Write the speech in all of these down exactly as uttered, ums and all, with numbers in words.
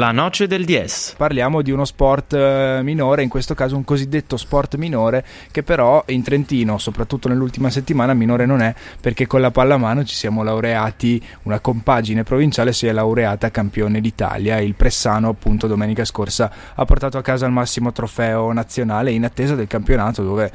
La noce del diez. Parliamo di uno sport eh, minore, in questo caso un cosiddetto sport minore, che però in Trentino, soprattutto nell'ultima settimana, minore non è, perché con la pallamano ci siamo laureati, una compagine provinciale si è laureata campione d'Italia. Il Pressano, appunto, domenica scorsa ha portato a casa il massimo trofeo nazionale in attesa del campionato dove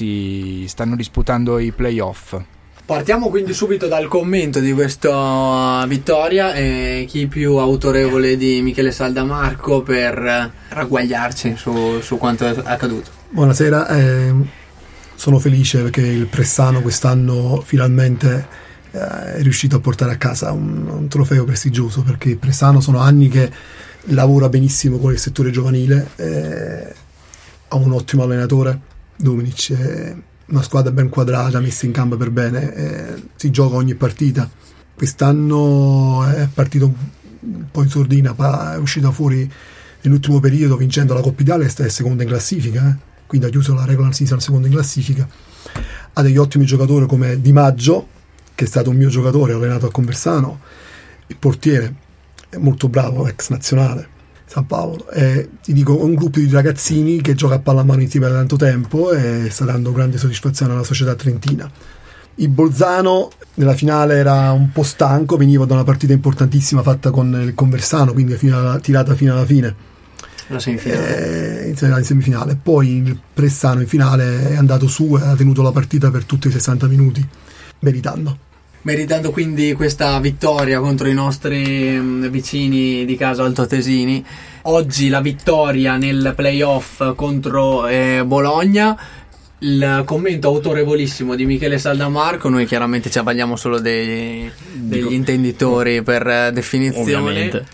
si stanno disputando i playoff. Partiamo quindi subito dal commento di questa vittoria, e chi più autorevole di Michele Saldamarco per ragguagliarci su, su quanto è accaduto. Buonasera, eh, sono felice perché il Pressano quest'anno finalmente eh, è riuscito a portare a casa un, un trofeo prestigioso, perché il Pressano sono anni che lavora benissimo con il settore giovanile, eh, ha un ottimo allenatore, Dominic, eh, una squadra ben quadrata, messa in campo per bene, eh, si gioca ogni partita. Quest'anno è partito un po' in sordina, ma è uscita fuori nell'ultimo periodo vincendo la Coppa Italia, è seconda in classifica, eh? Quindi ha chiuso la regular season seconda in classifica. Ha degli ottimi giocatori come Di Maggio, che è stato un mio giocatore, allenato a Conversano, il portiere, è molto bravo, ex nazionale San Paolo, e ti dico, un gruppo di ragazzini che gioca a pallamano insieme da tanto tempo e sta dando grande soddisfazione alla società trentina. Il Bolzano nella finale era un po' stanco, veniva da una partita importantissima fatta con il Conversano, quindi fino alla, tirata fino alla fine, la semifinale. Eh, in semifinale. Poi il Pressano in finale è andato su e ha tenuto la partita per tutti i sessanta minuti, meritando. Meritando quindi questa vittoria contro i nostri vicini di casa altoatesini. Oggi la vittoria nel playoff contro eh, Bologna. Il commento autorevolissimo di Michele Saldamarco. Noi chiaramente ci avvaliamo solo dei, degli intenditori per definizione. Ovviamente.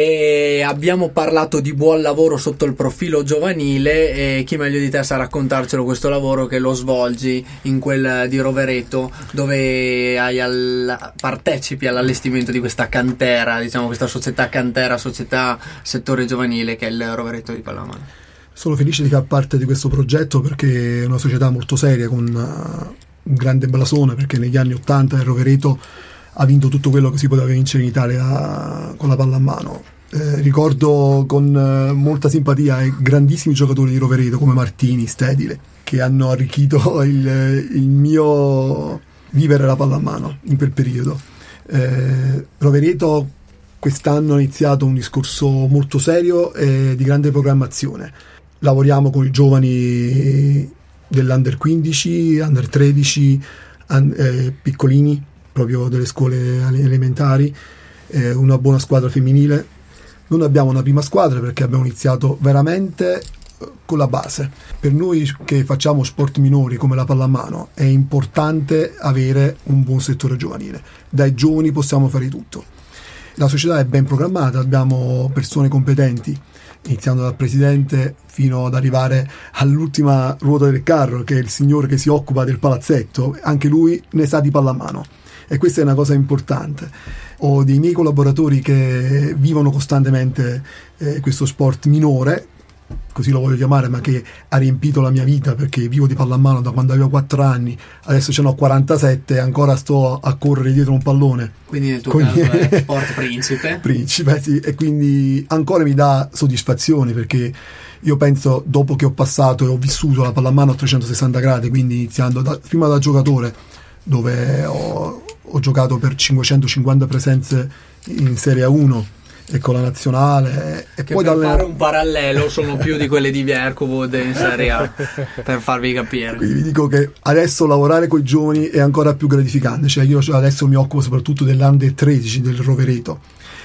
E abbiamo parlato di buon lavoro sotto il profilo giovanile, e chi meglio di te sa raccontarcelo questo lavoro che lo svolgi in quel di Rovereto, dove hai al, partecipi all'allestimento di questa cantera, diciamo questa società cantera, società settore giovanile che è il Rovereto di Pallamano. Sono felice di far parte di questo progetto perché è una società molto seria con un grande blasone, perché negli anni ottanta il Rovereto ha vinto tutto quello che si poteva vincere in Italia con la pallamano. Eh, ricordo con eh, molta simpatia i grandissimi giocatori di Rovereto come Martini, Stedile, che hanno arricchito il, il mio vivere la pallamano in quel periodo. Eh, Rovereto quest'anno ha iniziato un discorso molto serio e di grande programmazione. Lavoriamo con i giovani dell'Under quindici, Under tredici, un, eh, piccolini, proprio delle scuole elementari, eh, una buona squadra femminile. Non abbiamo una prima squadra perché abbiamo iniziato veramente con la base. Per noi che facciamo sport minori come la pallamano è importante avere un buon settore giovanile. Dai giovani possiamo fare tutto. La società è ben programmata, abbiamo persone competenti, iniziando dal presidente fino ad arrivare all'ultima ruota del carro, che è il signore che si occupa del palazzetto. Anche lui ne sa di pallamano. E questa è una cosa importante. Ho dei miei collaboratori che vivono costantemente eh, questo sport minore, così lo voglio chiamare, ma che ha riempito la mia vita, perché vivo di pallamano da quando avevo quattro anni, adesso ce n'ho quarantasette e ancora sto a correre dietro un pallone. Quindi nel tuo Con... caso è sport principe. Principe, sì, e quindi ancora mi dà soddisfazione, perché io penso, dopo che ho passato e ho vissuto la pallamano a trecentosessanta gradi, quindi iniziando da, prima da giocatore, dove ho, ho giocato per cinquecentocinquanta presenze in Serie uno e con la nazionale, e che poi per dalle... fare un parallelo sono più di quelle di Viercovod in Serie A, per farvi capire. Quindi vi dico che adesso lavorare con i giovani è ancora più gratificante. Cioè io adesso mi occupo soprattutto dell'Under tredici del Rovereto,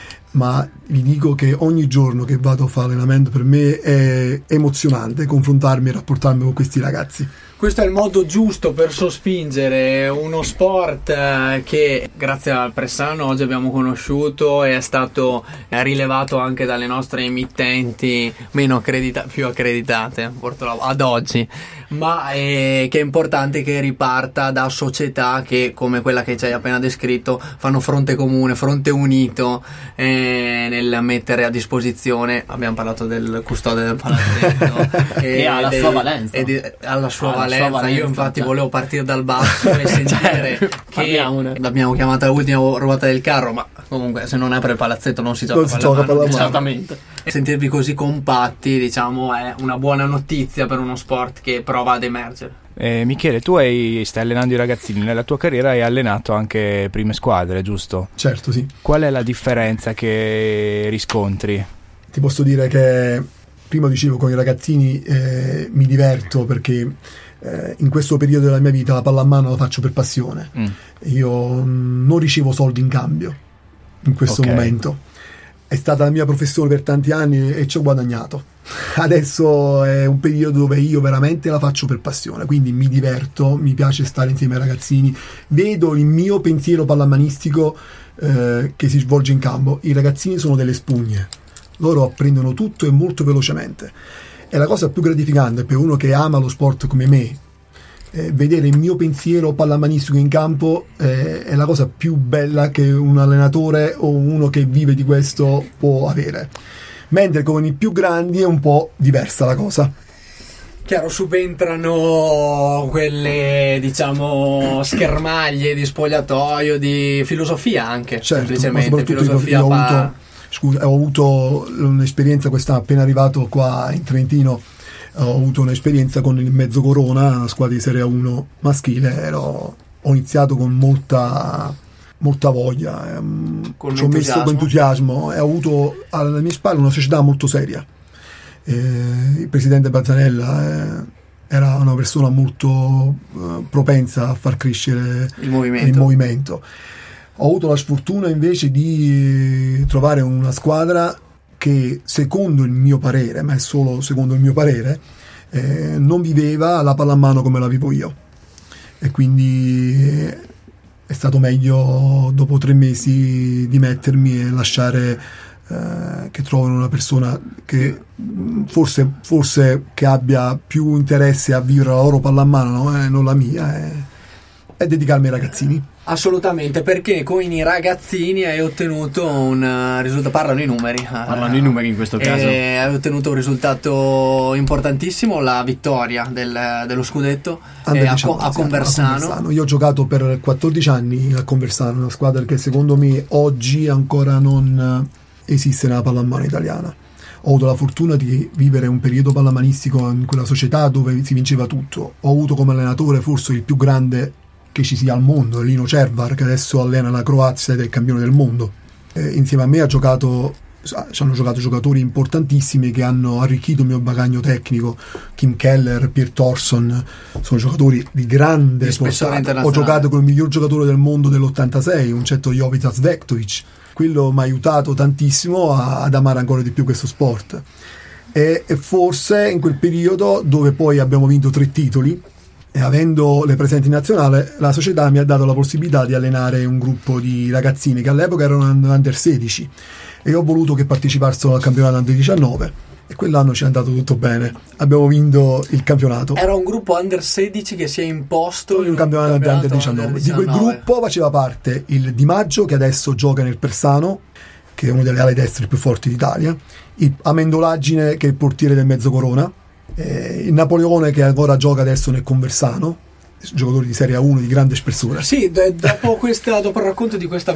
ma vi dico che ogni giorno che vado a fare allenamento per me è emozionante confrontarmi e rapportarmi con questi ragazzi. Questo è il modo giusto per sospingere uno sport che grazie al Pressano oggi abbiamo conosciuto e è stato rilevato anche dalle nostre emittenti meno accredita- più accreditate ad oggi, ma è, che è importante che riparta da società che, come quella che ci hai appena descritto, fanno fronte comune, fronte unito eh, nel mettere a disposizione. Abbiamo parlato del custode del palazzetto e ha la sua valenza e di, alla sua valenza valenza. valenza io infatti cioè. volevo partire dal basso e sentire cioè, che l'abbiamo chiamata l'ultima ruota del carro, ma comunque se non apre il palazzetto non si gioca, non si gioca per la mano, certamente. E sentirvi così compatti, diciamo, è una buona notizia per uno sport che prova ad emergere. Eh, Michele, tu hai, stai allenando i ragazzini, nella tua carriera hai allenato anche prime squadre, giusto? Certo, sì. Qual è la differenza che riscontri? Ti posso dire che prima dicevo con i ragazzini eh, mi diverto perché eh, in questo periodo della mia vita la pallamano la faccio per passione. Mm. Io mh, non ricevo soldi in cambio in questo okay. momento. È stata la mia professione per tanti anni e ci ho guadagnato. Adesso è un periodo dove io veramente la faccio per passione, quindi mi diverto, mi piace stare insieme ai ragazzini, vedo il mio pensiero pallamanistico eh, che si svolge in campo. I ragazzini sono delle spugne, loro apprendono tutto e molto velocemente, e la cosa più gratificante per uno che ama lo sport come me, eh, vedere il mio pensiero pallamanistico in campo eh, è la cosa più bella che un allenatore o uno che vive di questo può avere. Mentre con i più grandi è un po' diversa la cosa. Chiaro, subentrano quelle, diciamo, schermaglie di spogliatoio, di filosofia anche, certo, semplicemente. Ma soprattutto filosofia io ho, pa... avuto, scusa, ho avuto un'esperienza quest'anno, appena arrivato qua in Trentino, ho avuto un'esperienza con il Mezzocorona, la squadra di Serie uno maschile. Ero, ho iniziato con molta... molta voglia, ehm, ci ho messo con entusiasmo e ho avuto alle mie spalle una società molto seria. Eh, il presidente Bazzanella eh, era una persona molto eh, propensa a far crescere il movimento. il movimento. Ho avuto la sfortuna invece di trovare una squadra che, secondo il mio parere, ma è solo secondo il mio parere, eh, non viveva la pallamano come la vivo io, e quindi eh, è stato meglio dopo tre mesi dimettermi e lasciare eh, che trovino una persona che forse, forse che abbia più interesse a vivere la loro pallamano, no? eh, non la mia, e, e dedicarmi ai ragazzini. Assolutamente, perché con i ragazzini hai ottenuto un risultato, parlano i numeri parlano i numeri in questo caso, e hai ottenuto un risultato importantissimo, la vittoria del, dello scudetto eh, a, diciamo, a, Conversano. a Conversano. Io ho giocato per quattordici anni a Conversano, una squadra che secondo me oggi ancora non esiste nella pallamano italiana. Ho avuto la fortuna di vivere un periodo pallamanistico in quella società dove si vinceva tutto. Ho avuto come allenatore forse il più grande che ci sia al mondo, Lino Cervar, che adesso allena la Croazia ed è il campione del mondo. Eh, insieme a me ha giocato, ci hanno giocato giocatori importantissimi che hanno arricchito il mio bagaglio tecnico. Kim Keller, Pierre Thorson, sono giocatori di grande di portata. Ho giocato con il miglior giocatore del mondo dell'ottantasei, un certo Jovica Zvektovic. Quello mi ha aiutato tantissimo a, ad amare ancora di più questo sport. E, e forse in quel periodo dove poi abbiamo vinto tre titoli, e avendo le presenze in nazionale, la società mi ha dato la possibilità di allenare un gruppo di ragazzini che all'epoca erano under sedici, e ho voluto che partecipassero al campionato under diciannove, e quell'anno ci è andato tutto bene, abbiamo vinto il campionato. Era un gruppo under sedici che si è imposto in un campionato, campionato under diciannove. under diciannove. Di quel gruppo faceva parte il Di Maggio, che adesso gioca nel Persano, che è uno delle ali destre più forti d'Italia, il Amendolaggine, che è il portiere del Mezzocorona, Eh, il Napoleone, che ancora gioca adesso nel Conversano, giocatore di Serie uno di grande spessore. Sì, d- dopo, questa, dopo il racconto di questa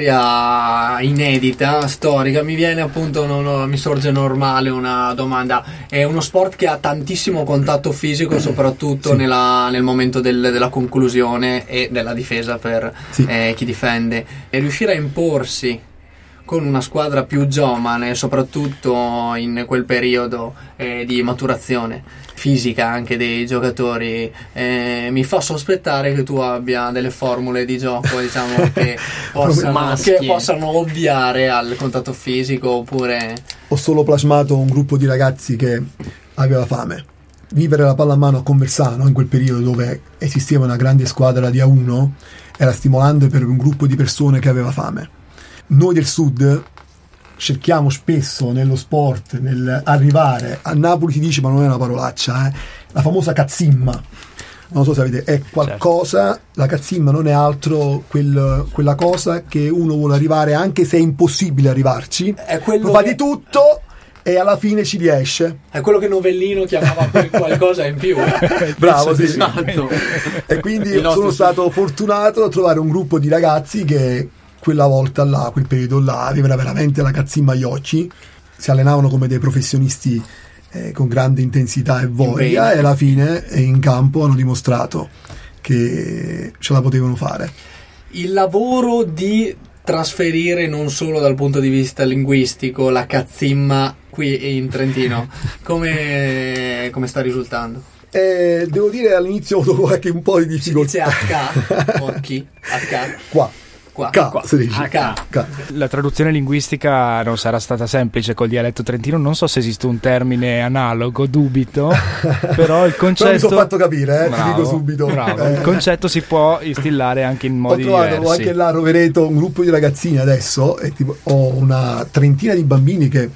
vittoria inedita, storica, mi viene appunto, no, no, mi sorge normale una domanda. È uno sport che ha tantissimo contatto fisico, soprattutto sì. nella, nel momento del, della conclusione e della difesa per sì. eh, chi difende, e riuscire a imporsi con una squadra più giovane, soprattutto in quel periodo eh, di maturazione fisica anche dei giocatori, eh, mi fa sospettare che tu abbia delle formule di gioco, diciamo, che possano, che possano ovviare al contatto fisico, oppure... Ho solo plasmato un gruppo di ragazzi che aveva fame. Vivere la pallamano a Conversano in quel periodo dove esisteva una grande squadra di A uno era stimolante per un gruppo di persone che aveva fame. Noi del sud cerchiamo spesso nello sport, nel arrivare a Napoli, si dice, ma non è una parolaccia, eh? La famosa cazzimma, non so se avete, è qualcosa, certo. La cazzimma non è altro quel, quella cosa che uno vuole arrivare anche se è impossibile arrivarci, è quello lo fa che... di tutto e alla fine ci riesce. È quello che Novellino chiamava quel qualcosa in più. Bravo, sì. Esatto. E quindi sono stato fortunato a trovare un gruppo di ragazzi che quella volta là, quel periodo là, avevano veramente la cazzimma agli occhi, si allenavano come dei professionisti eh, con grande intensità e voglia, e alla fine eh, in campo hanno dimostrato che ce la potevano fare. Il lavoro di trasferire non solo dal punto di vista linguistico la cazzimma qui in Trentino, come, come sta risultando? Eh, devo dire all'inizio ho avuto qualche un po' di difficoltà. Si dice H, occhi, H. Qua. Qua. K, Qua. si dice. H. K. La traduzione linguistica non sarà stata semplice col dialetto trentino, non so se esiste un termine analogo, dubito, però il concetto... Però mi sono fatto capire, eh, bravo, ti dico subito. Bravo. Eh. Il concetto si può instillare anche in modi ho trovato diversi. anche là a Rovereto un gruppo di ragazzini adesso, e tipo, ho una trentina di bambini che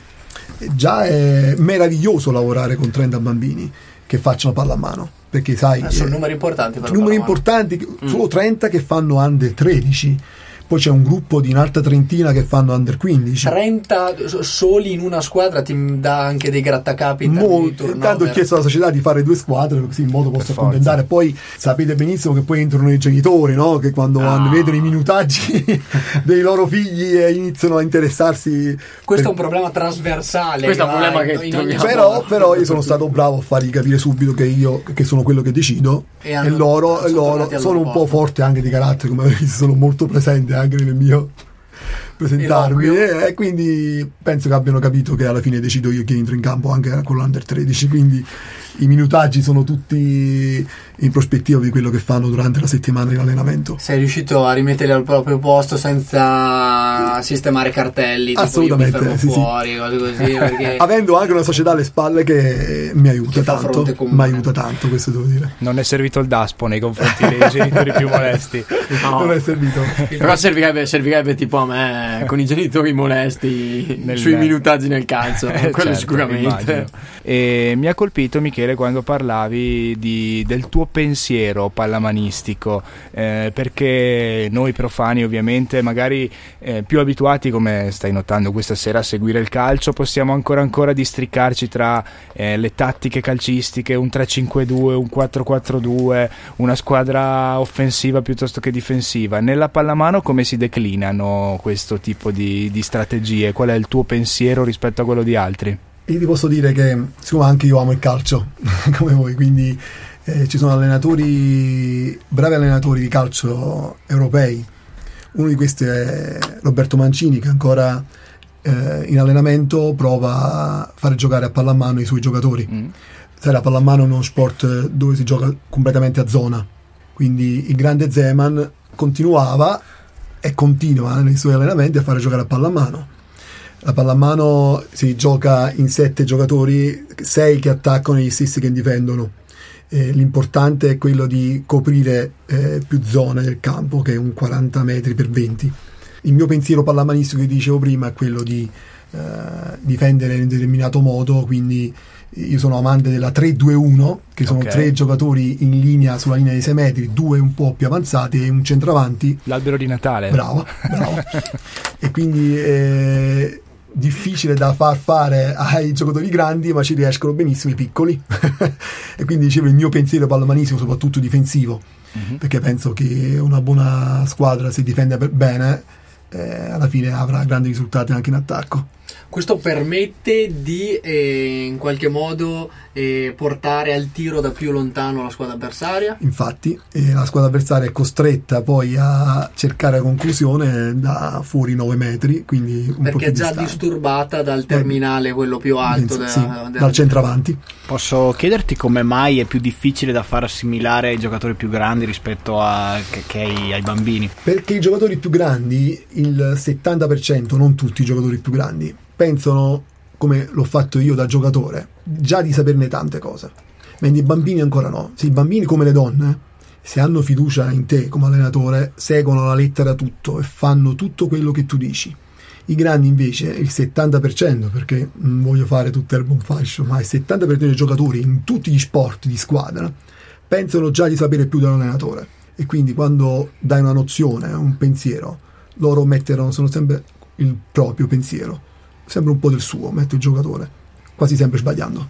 già è meraviglioso lavorare con trenta bambini che facciano pallamano, perché sai... Eh, sono eh, numeri importanti per numeri pallamano. importanti, Mm. solo trenta che fanno under tredici. Poi c'è un gruppo di un'altra trentina che fanno under quindici. trenta soli in una squadra ti dà anche dei grattacapi in termini di turnover. Intanto ho chiesto alla società di fare due squadre, così in modo posso Per accontentare. Poi sapete benissimo che poi entrano i genitori, no? Che quando No. hanno- vedono i minutaggi dei loro figli e iniziano a interessarsi. Questo è per- un problema trasversale. Questo è un va problema in- che in ogni troviamo. Però, scuola. però io sono stato bravo a fargli capire subito che io che sono quello che decido, E e, hanno- loro, sono e loro tornati al sono loro un po' posto. forte anche di carattere, come avete visto, sono molto presente anche nel mio presentarmi, Eloquio. e, e quindi penso che abbiano capito che alla fine decido io chi entro in campo anche con l'Under tredici, quindi i minutaggi sono tutti in prospettiva di quello che fanno durante la settimana di allenamento. Sei riuscito a rimetterli al proprio posto senza sistemare cartelli, tipo Assolutamente, io mi fermo sì, sì. fuori, cose così, perché Avendo anche una società alle spalle che mi aiuta Che fa tanto, fronte comune. mi aiuta tanto, questo devo dire. Non è servito il daspo nei confronti dei genitori più molesti. No. Non è servito. Però servirebbe, servirebbe tipo a me con i genitori molesti Nel- sui minutaggi nel calcio, Eh, quello certo, sicuramente. immagino. E mi ha colpito, Michele, quando parlavi di, del tuo pensiero pallamanistico, eh, perché noi profani ovviamente magari eh, più abituati, come stai notando questa sera, a seguire il calcio, possiamo ancora ancora districarci tra eh, le tattiche calcistiche, un tre cinque due, un quattro quattro due, una squadra offensiva piuttosto che difensiva. Nella pallamano come si declinano questo tipo di, di strategie? Qual è il tuo pensiero rispetto a quello di altri? Io ti posso dire che siccome anche io amo il calcio come voi, quindi eh, ci sono allenatori, bravi allenatori di calcio europei. Uno di questi è Roberto Mancini, che ancora eh, in allenamento prova a fare giocare a pallamano i suoi giocatori. Mm. Sai, la pallamano è uno sport dove si gioca completamente a zona, quindi il grande Zeman continuava e continua nei suoi allenamenti a fare giocare a pallamano. La pallamano si gioca in sette giocatori, sei che attaccano e gli stessi che difendono. Eh, l'importante è quello di coprire eh, più zone del campo, che è un quaranta metri per venti. Il mio pensiero pallamanistico che dicevo prima è quello di eh, difendere in determinato modo, quindi io sono amante della tre due uno, che sono Ok. tre giocatori in linea sulla linea dei sei metri, due un po' più avanzati e un centravanti. L'albero di Natale. Bravo, bravo. E quindi è difficile da far fare ai giocatori grandi, ma ci riescono benissimo i piccoli. E quindi dicevo, il mio pensiero pallamanistico, soprattutto difensivo, Mhm. perché penso che una buona squadra, se difende per bene, eh, alla fine avrà grandi risultati anche in attacco. questo permette di eh, in qualche modo eh, portare al tiro da più lontano la squadra avversaria. Infatti eh, la squadra avversaria è costretta poi a cercare la conclusione da fuori nove metri, quindi un po' Perché più è già distante. disturbata dal terminale, quello più alto della, Sì, della- dal centravanti. Posso chiederti come mai è più difficile da far assimilare ai giocatori più grandi rispetto a che, che ai, ai bambini? Perché i giocatori più grandi, il settanta per cento, non tutti i giocatori più grandi, pensano, come l'ho fatto io da giocatore, già di saperne tante cose, mentre i bambini ancora no. Se i bambini, come le donne, se hanno fiducia in te come allenatore, seguono la lettera tutto e fanno tutto quello che tu dici. I grandi invece, il settanta per cento, perché non voglio fare tutto il buon fascio, ma il settanta per cento dei giocatori in tutti gli sport di squadra pensano già di sapere più dell'allenatore, e quindi quando dai una nozione, un pensiero, loro metteranno sono sempre il proprio pensiero sempre un po' del suo, mette il giocatore, quasi sempre sbagliando.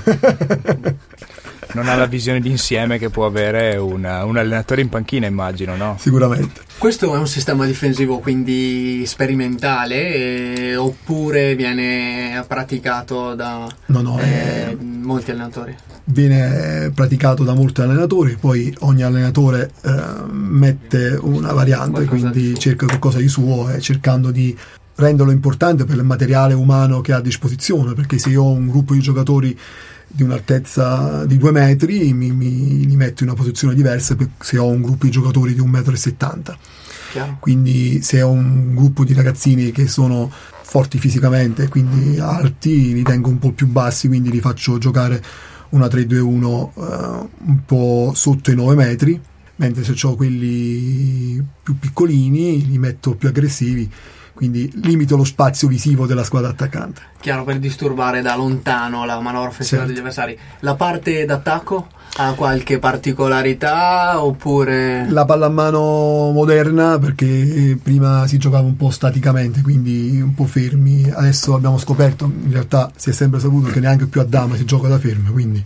Non ha la visione d'insieme che può avere una, un allenatore in panchina, immagino, no? Sicuramente. Questo è un sistema difensivo quindi sperimentale eh, oppure viene praticato da no, no, eh, è... molti allenatori? Viene praticato da molti allenatori, poi ogni allenatore eh, mette una variante, Qualcosa quindi cerca qualcosa di suo e cercando di renderlo importante per il materiale umano che ha a disposizione, perché se io ho un gruppo di giocatori di un'altezza di due metri mi, mi, mi metto in una posizione diversa se ho un gruppo di giocatori di un metro e settanta. Chiaro. Quindi se ho un gruppo di ragazzini che sono forti fisicamente, quindi alti, li tengo un po' più bassi, quindi li faccio giocare una tre due uno uh, un po' sotto i nove metri, mentre se ho quelli più piccolini li metto più aggressivi, quindi limito lo spazio visivo della squadra attaccante. Chiaro, per disturbare da lontano la manovra offensiva Certo. degli avversari. La parte d'attacco ha qualche particolarità oppure... La pallamano moderna, perché prima si giocava un po' staticamente, quindi un po' fermi. Adesso abbiamo scoperto, in realtà si è sempre saputo che neanche più a dama si gioca da fermi, quindi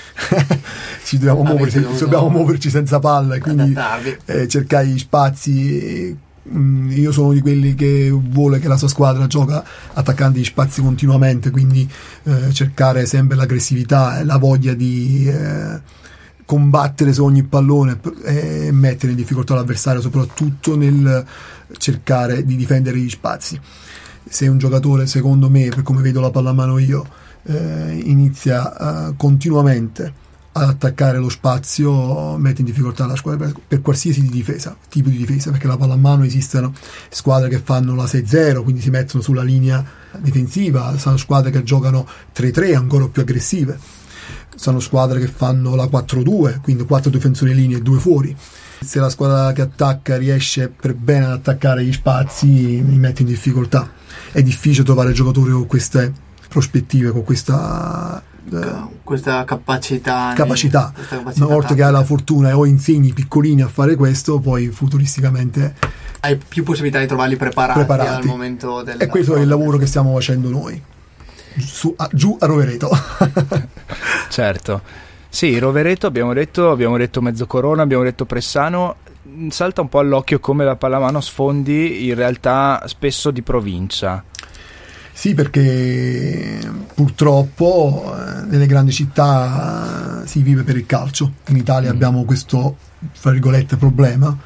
ci dobbiamo, Avete muoverci, dovuto dobbiamo muoverci senza palla e quindi eh, cercare gli spazi. Io sono di quelli che vuole che la sua squadra gioca attaccando gli spazi continuamente, quindi eh, cercare sempre l'aggressività e la voglia di eh, combattere su ogni pallone e mettere in difficoltà l'avversario, soprattutto nel cercare di difendere gli spazi. Se un giocatore, secondo me, per come vedo la pallamano io, eh, inizia eh, continuamente ad attaccare lo spazio, mette in difficoltà la squadra per, per qualsiasi difesa, tipo di difesa, perché la pallamano esistono squadre che fanno la sei zero, quindi si mettono sulla linea difensiva, sono squadre che giocano tre tre, ancora più aggressive, sono squadre che fanno la quattro due, quindi quattro difensori in linea e due fuori. Se la squadra che attacca riesce per bene ad attaccare gli spazi, mi mette in difficoltà. È difficile trovare giocatori con queste prospettive, con questa questa capacità capacità, questa capacità una volta tattica. che hai la fortuna e o insegni piccolini a fare questo, poi futuristicamente hai più possibilità di trovarli preparati, preparati. al momento del e questo è il lavoro che stiamo facendo noi su, a, giù a Rovereto. Certo, sì, Rovereto abbiamo detto, abbiamo detto Mezzocorona, abbiamo detto Pressano. Salta un po' all'occhio come la pallamano sfondi in realtà spesso di provincia. Sì, perché purtroppo eh, nelle grandi città eh, si vive per il calcio. In Italia mm. abbiamo questo, fra virgolette, problema,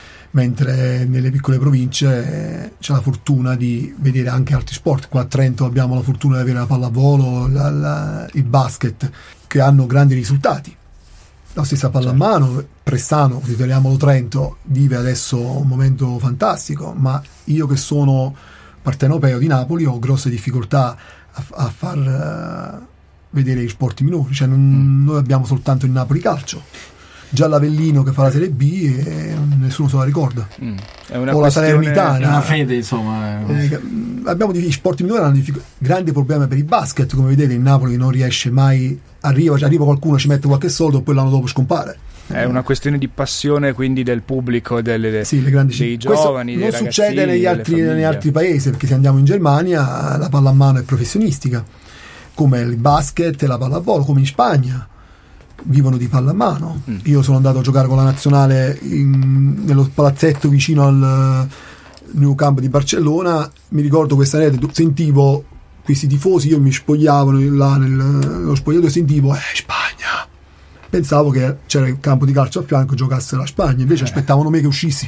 mentre nelle piccole province eh, c'è la fortuna di vedere anche altri sport. Qua a Trento abbiamo la fortuna di avere la pallavolo, la, la, il basket, che hanno grandi risultati. La stessa pallamano, certo. Pressano, riteniamolo Trento, vive adesso un momento fantastico, ma io che sono partenopeo di Napoli ho grosse difficoltà a, a far uh, vedere gli sport minori, cioè non, mm. noi abbiamo soltanto il Napoli calcio, già l'Avellino che fa la Serie B e nessuno se la ricorda, mm. è una o la Salernitana, è una fede, insomma eh, abbiamo gli sport minori hanno diffic- grandi problemi per il basket, come vedete il Napoli non riesce mai, arriva, cioè arriva qualcuno, ci mette qualche soldo e poi l'anno dopo scompare. È una questione di passione, quindi del pubblico, delle, sì, le grandi dei Questo giovani, non dei succede ragazzini, negli altri, delle negli altri paesi, perché se andiamo in Germania la pallamano è professionistica, come il basket e la pallavolo, come in Spagna vivono di pallamano. Mm. Io sono andato a giocare con la nazionale in, nello palazzetto vicino al Nou Camp di Barcellona, mi ricordo questa rete, sentivo questi tifosi, io mi spogliavo là nel, nello spogliatoio, sentivo eh Spagna, pensavo che c'era il campo di calcio a fianco, giocasse la Spagna, invece eh. aspettavano me che uscissi.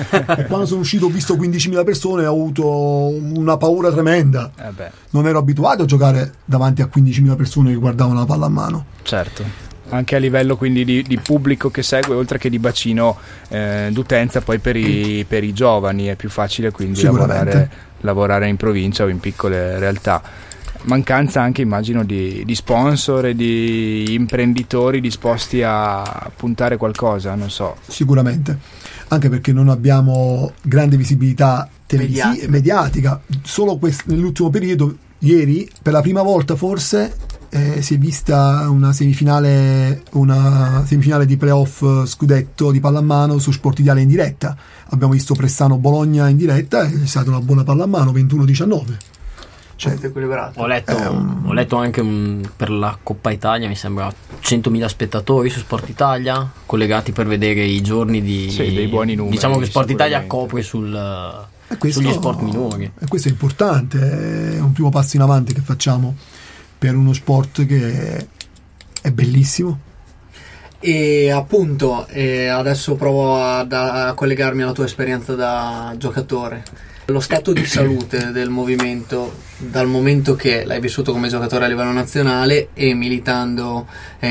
E quando sono uscito ho visto quindicimila persone, ho avuto una paura tremenda. Eh beh. Non ero abituato a giocare davanti a quindicimila persone che guardavano la palla a mano. Certo, anche a livello quindi di, di pubblico che segue, oltre che di bacino eh, d'utenza, poi per i, per i giovani è più facile quindi lavorare, lavorare in provincia o in piccole realtà. Mancanza anche, immagino, di, di sponsor e di imprenditori disposti a puntare qualcosa, non so. Sicuramente, anche perché non abbiamo grande visibilità televisiva, mediatica. mediatica. Solo quest- nell'ultimo periodo, ieri, per la prima volta forse, eh, si è vista una semifinale, una semifinale di playoff scudetto di pallamano su Sport Italia in diretta. Abbiamo visto Pressano Bologna in diretta, è stata una buona pallamano, ventuno a diciannove. Cioè, molto equilibrato. Ho letto, um, ho letto anche un, per la Coppa Italia, mi sembra centomila spettatori su Sport Italia collegati per vedere i giorni di sì, dei buoni numeri. Diciamo che Sport Italia sicuramente. copre sul, e questo, sugli sport minori. E questo è importante, è un primo passo in avanti che facciamo per uno sport che è, è bellissimo. E appunto, eh, adesso provo a, a collegarmi alla tua esperienza da giocatore. Lo stato di salute del movimento, dal momento che l'hai vissuto come giocatore a livello nazionale e militando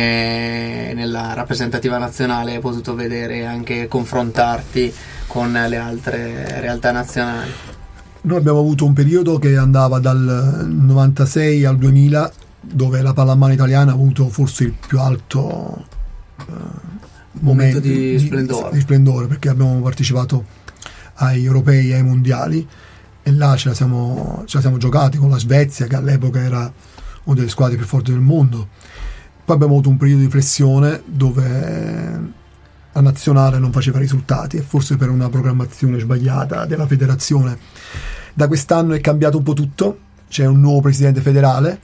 eh, nella rappresentativa nazionale, hai potuto vedere e anche confrontarti con le altre realtà nazionali. Noi abbiamo avuto un periodo che andava dal novantasei al duemila, dove la pallamano italiana ha avuto forse il più alto uh, momento di, di splendore. di splendore, perché abbiamo partecipato ai europei e ai mondiali e là ce la siamo, ce la siamo giocati con la Svezia, che all'epoca era una delle squadre più forti del mondo. Poi abbiamo avuto un periodo di flessione dove la nazionale non faceva risultati, e forse per una programmazione sbagliata della federazione. Da quest'anno è cambiato un po' tutto, c'è un nuovo presidente federale,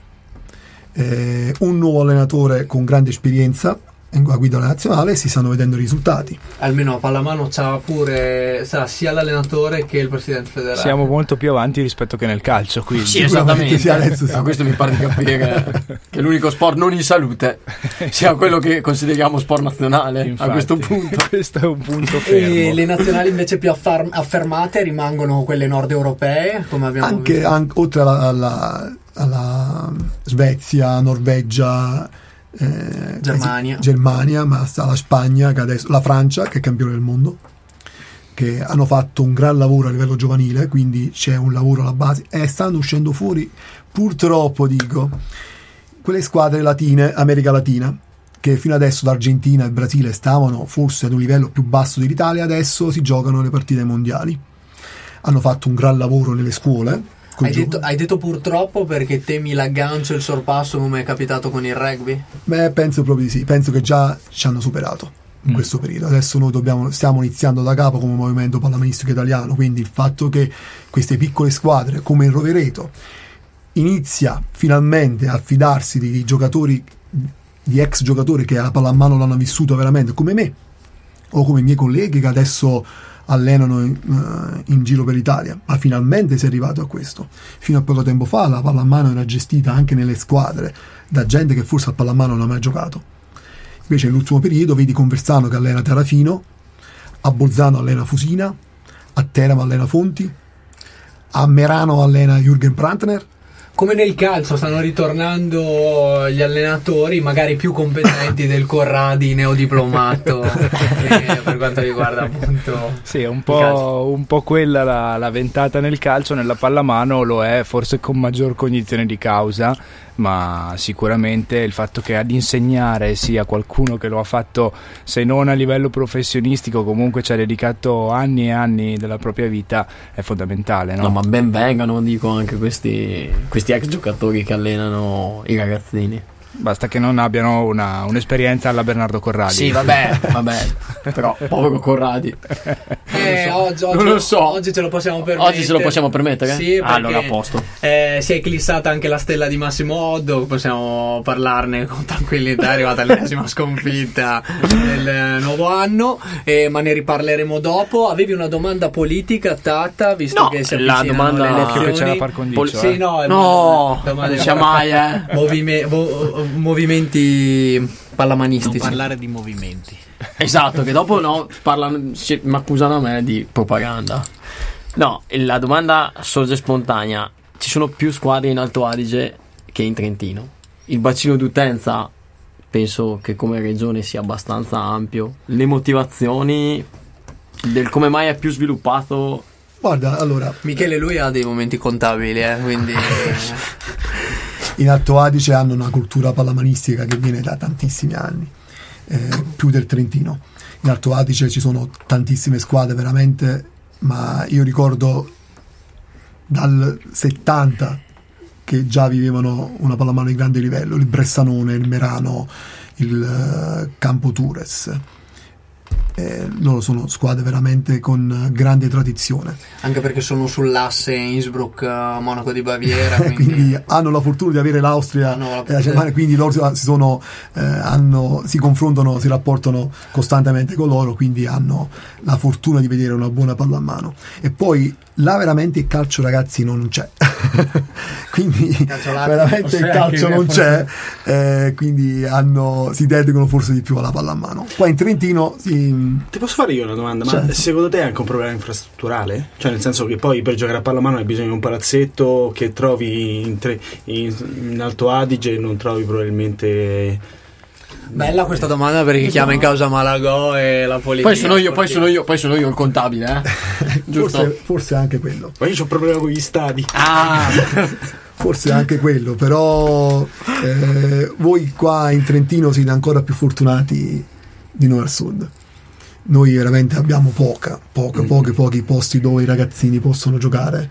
eh, un nuovo allenatore con grande esperienza a guida della nazionale, e si stanno vedendo i risultati. Almeno a pallamano c'ha pure sa, sia l'allenatore che il presidente federale. Siamo molto più avanti rispetto che nel calcio, quindi Sì, esattamente. Sì, adesso sì. Ma questo mi pare di capire che l'unico sport non in salute sia quello che consideriamo sport nazionale. Infatti, a questo punto. Questo è un punto E fermo. le nazionali invece più affar- affermate rimangono quelle nord europee, come abbiamo Anche, visto. anche oltre alla, alla, alla Svezia, Norvegia, eh, Germania. Germania, ma sta la Spagna, che adesso, la Francia, che è campione del mondo, che hanno fatto un gran lavoro a livello giovanile, quindi c'è un lavoro alla base, e stanno uscendo fuori, purtroppo dico, quelle squadre latine, America Latina, che fino adesso l'Argentina e il Brasile stavano forse ad un livello più basso dell'Italia, adesso si giocano le partite mondiali. Hanno fatto un gran lavoro nelle scuole. Hai detto, hai detto purtroppo perché temi l'aggancio e il sorpasso, come è capitato con il rugby? Beh, penso proprio di sì, penso che già ci hanno superato in Mm. questo periodo. Adesso noi dobbiamo, stiamo iniziando da capo come movimento pallamanistico italiano, quindi il fatto che queste piccole squadre come il Rovereto inizia finalmente a fidarsi di giocatori, di ex giocatori che alla pallamano l'hanno vissuto veramente come me o come i miei colleghi che adesso allenano in, uh, in giro per l'Italia, ma finalmente si è arrivato a questo. Fino a poco tempo fa la pallamano era gestita anche nelle squadre da gente che forse a pallamano non ha mai giocato. Invece nell'ultimo periodo vedi Conversano che allena Terrafino, a Bolzano allena Fusina, a Teramo allena Fonti, a Merano allena Jürgen Prantner. Come nel calcio stanno ritornando gli allenatori magari più competenti del Corradi neodiplomato eh, per quanto riguarda appunto Sì, è un il calcio. po', un po' quella la, la ventata nel calcio. Nella pallamano lo è forse con maggior cognizione di causa, ma sicuramente il fatto che ad insegnare sia qualcuno che lo ha fatto, se non a livello professionistico, comunque ci ha dedicato anni e anni della propria vita, è fondamentale, no? No, ma ben vengano, dico, anche questi, questi ex giocatori che allenano i ragazzini. Basta che non abbiano una, un'esperienza alla Bernardo Corradi. Sì, vabbè, vabbè, però povero Corradi. Eh, oggi, oggi, Non lo so. oggi ce lo possiamo permettere. Oggi ce lo possiamo permettere? Sì, Ah, allora a perché, posto. eh, si è eclissata anche la stella di Massimo Oddo, possiamo parlarne con tranquillità, è arrivata l'ennesima sconfitta del nuovo anno, eh, ma ne riparleremo dopo. Avevi una domanda politica, Tata, visto No, che si la avvicinano domanda- le Occhio che c'è la elezioni? par condicio, Pol- eh. sì, no, è No, domanda- non sia mai, eh. Movime- vo- movimenti Non pallamanistici. parlare di movimenti. Esatto, che dopo no, parlano, si- mi accusano a me di propaganda. No, la domanda sorge spontanea. Ci sono più squadre in Alto Adige che in Trentino. Il bacino d'utenza penso che come regione sia abbastanza ampio. Le motivazioni del come mai è più sviluppato. Guarda, allora, Michele, lui ha dei momenti contabili, eh, quindi in Alto Adige hanno una cultura pallamanistica che viene da tantissimi anni, eh, più del Trentino. In Alto Adige ci sono tantissime squadre veramente, ma io ricordo dal settanta che già vivevano una pallamano di grande livello, il Bressanone, il Merano, il uh, Campo Tures. eh, loro sono squadre veramente con grande tradizione, anche perché sono sull'asse Innsbruck Monaco di Baviera, quindi... quindi hanno la fortuna di avere l'Austria la e la Germania, quindi loro si, sono, eh, hanno, si confrontano, si rapportano costantemente con loro, quindi hanno la fortuna di vedere una buona pallamano. E poi là veramente il calcio, ragazzi, non c'è quindi veramente il calcio non c'è, eh, quindi hanno, si dedicano forse di più alla pallamano. Qua in Trentino si... Ti posso fare io una domanda? Certo. Ma secondo te è anche un problema infrastrutturale? Cioè, nel senso che poi per giocare a pallamano hai bisogno di un palazzetto che trovi in, tre, in, in Alto Adige e non trovi probabilmente... Bella questa domanda perché chiama in causa Malagò e la politica. Poi sono io, poi sono io, poi sono io il contabile, eh? Giusto? Forse, forse anche quello. Ma io ho un problema con gli stadi. Ah! Forse anche quello, però eh, voi qua in Trentino siete ancora più fortunati di noi al sud. Noi veramente abbiamo poca, poca, mm. pochi, pochi posti dove i ragazzini possono giocare,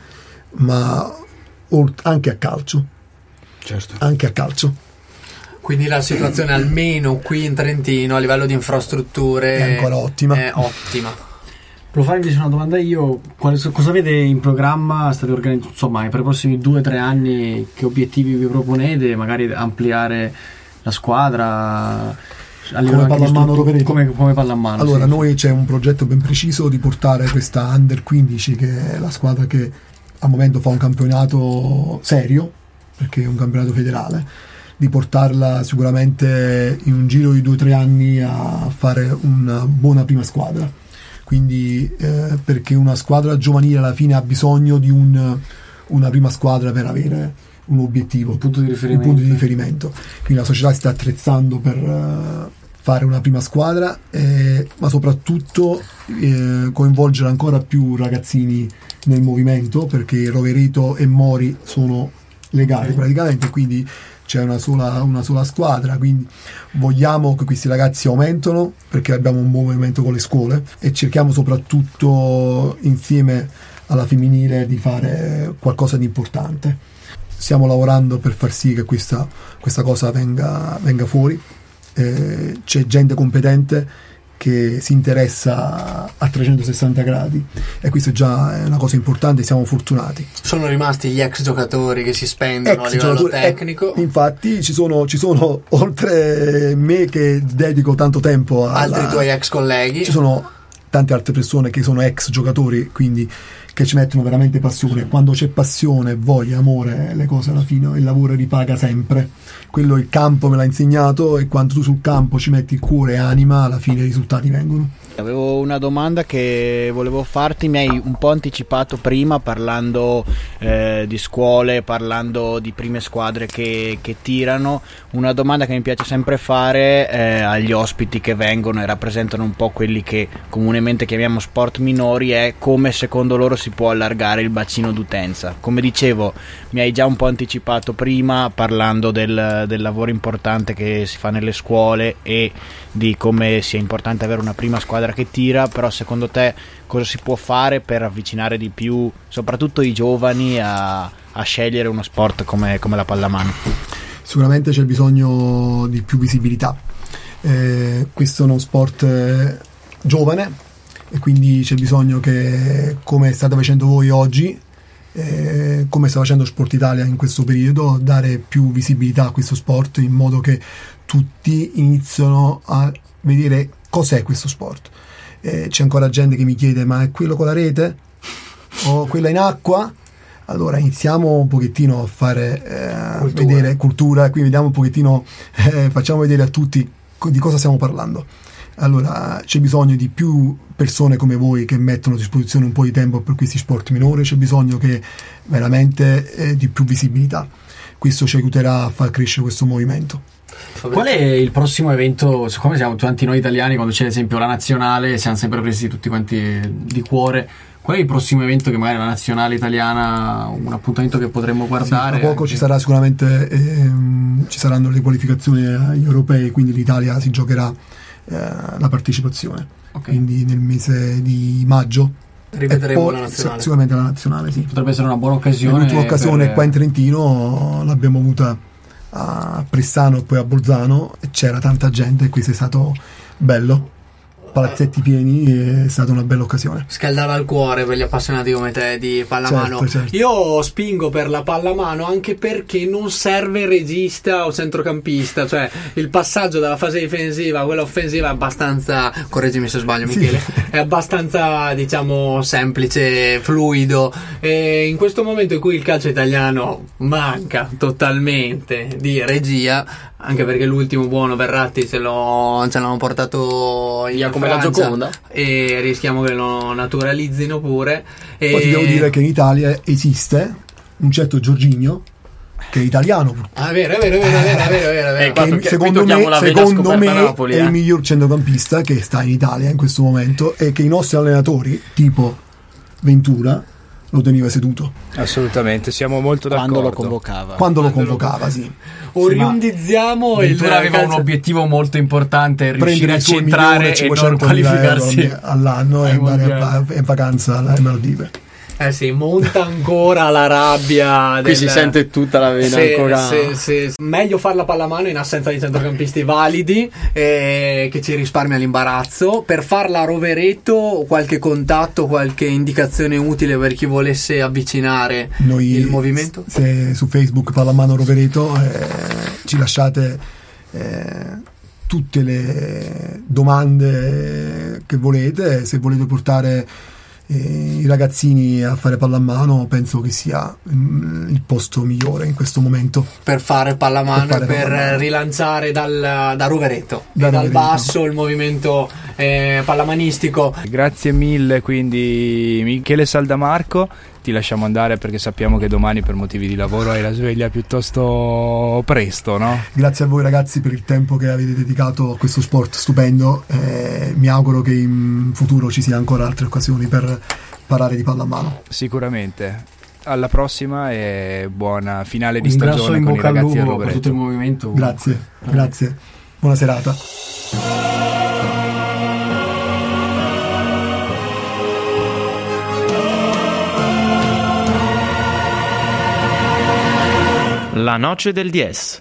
ma anche a calcio. Certo. Anche a calcio. Quindi la situazione almeno qui in Trentino a livello di infrastrutture è ancora ottima. È ottima. Volevo fare invece una domanda io, quale, cosa avete in programma, state organizzando, insomma, per i prossimi due o tre anni, che obiettivi vi proponete, magari ampliare la squadra a livello come pallamano stru- come, come pallamano? Allora, sì, noi sì. c'è un progetto ben preciso di portare questa Under quindici, che è la squadra che al momento fa un campionato serio, perché è un campionato federale, di portarla sicuramente in un giro di due o tre anni a fare una buona prima squadra. Quindi eh, perché una squadra giovanile alla fine ha bisogno di un, una prima squadra per avere un obiettivo, un punto di riferimento, un punto di riferimento. Quindi la società si sta attrezzando per uh, fare una prima squadra, eh, ma soprattutto eh, coinvolgere ancora più ragazzini nel movimento, perché Rovereto e Mori sono legati okay. praticamente, quindi c'è una sola, una sola squadra, quindi vogliamo che questi ragazzi aumentino, perché abbiamo un buon movimento con le scuole, e cerchiamo soprattutto insieme alla femminile di fare qualcosa di importante. Stiamo lavorando per far sì che questa, questa cosa venga, venga fuori. Eh, c'è gente competente che si interessa a trecentosessanta gradi, e questo già è una cosa importante, siamo fortunati. Sono rimasti gli ex giocatori che si spendono ex a livello eh, tecnico. Infatti ci sono, ci sono, oltre me che dedico tanto tempo a altri tuoi ex colleghi, ci sono tante altre persone che sono ex giocatori, quindi che ci mettono veramente passione. Quando c'è passione, voglia, amore, le cose alla fine, il lavoro ripaga sempre. Quello il campo me l'ha insegnato, e quando tu sul campo ci metti cuore e anima, alla fine i risultati vengono. Avevo una domanda che volevo farti, mi hai un po' anticipato prima parlando eh, di scuole, parlando di prime squadre che, che tirano. Una domanda che mi piace sempre fare eh, agli ospiti che vengono e rappresentano un po' quelli che comunemente chiamiamo sport minori è come secondo loro si può allargare il bacino d'utenza. Come dicevo, mi hai già un po' anticipato prima parlando del, del lavoro importante che si fa nelle scuole e di come sia importante avere una prima squadra che tira, però secondo te cosa si può fare per avvicinare di più soprattutto i giovani a, a scegliere uno sport come, come la pallamano? Sicuramente c'è bisogno di più visibilità. Eh, questo è uno sport eh, giovane, e quindi c'è bisogno che, come state facendo voi oggi, eh, come sta facendo Sport Italia in questo periodo, dare più visibilità a questo sport, in modo che tutti iniziano a vedere cos'è questo sport. Eh, c'è ancora gente che mi chiede: ma è quello con la rete? O quella in acqua? Allora iniziamo un pochettino a fare eh, cultura. vedere cultura, quindi vediamo un pochettino, eh, facciamo vedere a tutti di cosa stiamo parlando. Allora c'è bisogno di più persone come voi che mettono a disposizione un po' di tempo per questi sport minori, c'è bisogno che veramente eh, di più visibilità. Questo ci aiuterà a far crescere questo movimento. Qual è il prossimo evento? Siccome siamo tanti noi italiani, quando c'è ad esempio la nazionale siamo sempre presi tutti quanti di cuore, qual è il prossimo evento che magari la nazionale italiana, un appuntamento che potremmo guardare? Sì, tra poco anche. Ci sarà sicuramente ehm, ci saranno le qualificazioni agli europei, quindi l'Italia si giocherà eh, la partecipazione, okay. Quindi nel mese di maggio rivedremo poi, la nazionale. Sicuramente la nazionale, sì. Potrebbe essere una buona occasione. L'ultima occasione per... qua in Trentino l'abbiamo avuta a Pressano e poi a Bolzano, e c'era tanta gente, e questo è stato bello. palazzetti pieni, è stata una bella occasione. Scaldava il cuore per gli appassionati come te di pallamano. Certo, certo. Io spingo per la pallamano anche perché non serve regista o centrocampista, cioè il passaggio dalla fase difensiva a quella offensiva è abbastanza, correggimi se sbaglio Michele, sì. È abbastanza, diciamo, semplice, fluido, e in questo momento in cui il calcio italiano manca totalmente di regia, anche perché l'ultimo buono Verratti ce, lo, ce l'hanno portato in come la Gioconda, e rischiamo che lo naturalizzino pure. E poi ti devo dire che in Italia esiste un certo Giorginio che è italiano. Ah, è vero, è vero, è vero, è vero, è vero, è vero, è vero. Eh, che secondo me, secondo me Napoli, è eh. il miglior centrocampista che sta in Italia in questo momento, e che i nostri allenatori tipo Ventura lo teneva seduto. Assolutamente, siamo molto d'accordo. Quando lo convocava. Quando lo convocava, sì. Oriondizziamo il Ventura aveva calcio... un obiettivo molto importante, riuscire a centrare e non cinquecento qualificarsi all'anno e andare a, in vacanza alle Maldive. Eh sì, monta ancora la rabbia del... Qui si sente tutta la vena sì, ancora. Sì, sì. Meglio far la pallamano in assenza di centrocampisti validi, eh, che ci risparmia l'imbarazzo. Per farla a Rovereto, qualche contatto, qualche indicazione utile per chi volesse avvicinare Noi, il movimento? Se su Facebook Pallamano Rovereto eh, ci lasciate eh, tutte le domande che volete, se volete portare i ragazzini a fare pallamano, penso che sia mm, il posto migliore in questo momento per fare pallamano, per, fare per pallamano. rilanciare dal, da Rovereto da e dal Rovereto. basso il movimento eh, pallamanistico. Grazie mille quindi Michele Saldamarco, ti lasciamo andare perché sappiamo che domani per motivi di lavoro hai la sveglia piuttosto presto, no? Grazie a voi ragazzi per il tempo che avete dedicato a questo sport stupendo, eh, mi auguro che in futuro ci siano ancora altre occasioni per parlare di pallamano. Sicuramente. Alla prossima e buona finale di un stagione con i ragazzi a per Rovereto. tutto il movimento. Grazie, grazie, buona serata. La noce del diez.